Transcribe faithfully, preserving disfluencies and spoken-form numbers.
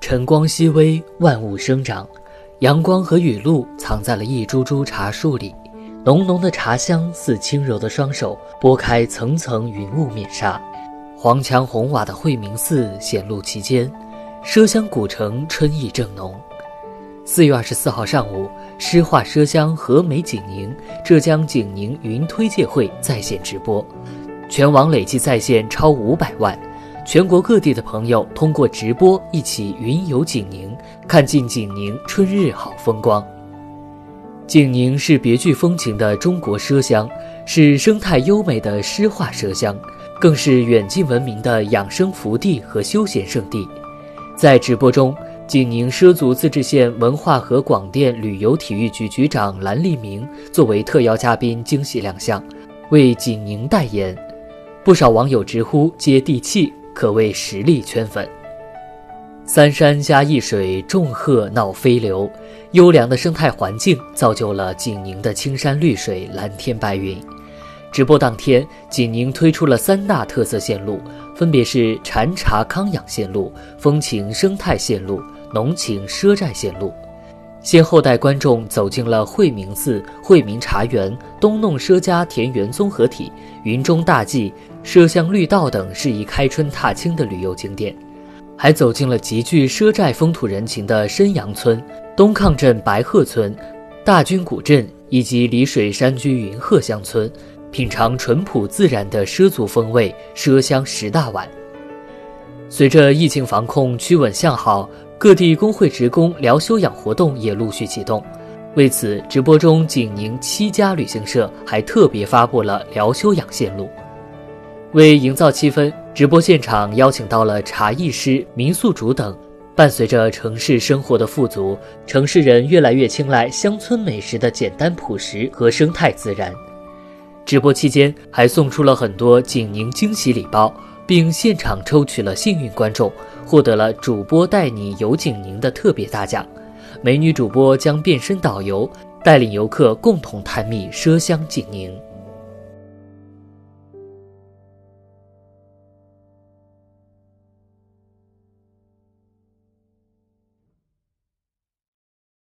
晨光熹微，万物生长，阳光和雨露藏在了一株株茶树里，浓浓的茶香似轻柔的双手拨开层层云雾面纱。黄墙红瓦的惠明寺显露其间，麝香古城春意正浓。四月二十四号上午，诗画麝香和美景宁浙江景宁云推介会在线直播，全网累计在线超五百万。全国各地的朋友通过直播一起云游景宁，看尽景宁春日好风光。景宁是别具风情的中国麝乡，是生态优美的诗画麝乡，更是远近闻名的养生福地和休闲胜地。在直播中，景宁畲族自治县文化和广电旅游体育局局长蓝立明作为特邀嘉宾惊喜亮相，为景宁代言。不少网友直呼接地气，可谓实力圈粉。三山加一水，众壑闹飞流，优良的生态环境造就了景宁的青山绿水、蓝天白云。直播当天，景宁推出了三大特色线路，分别是禅茶康养线路、风情生态线路、农情赊债线路。先后带观众走进了惠明寺、惠明茶园、东弄赊家田园综合体、云中大祭、麝香绿道等适宜开春踏青的旅游景点，还走进了极具赊债风土人情的申阳村、东抗镇白鹤村、大军古镇以及丽水山居云鹤乡村，品尝淳朴自然的畲族风味，麝香十大碗。随着疫情防控趋稳向好，各地工会职工聊休养活动也陆续启动。为此，直播中景宁七家旅行社还特别发布了聊休养线路。为营造气氛，直播现场邀请到了茶艺师、民宿主等。伴随着城市生活的富足，城市人越来越青睐乡村美食的简单朴实和生态自然。直播期间还送出了很多景宁惊喜礼包，并现场抽取了幸运观众，获得了主播带你游景宁的特别大奖。美女主播将变身导游，带领游客共同探秘麝乡景宁。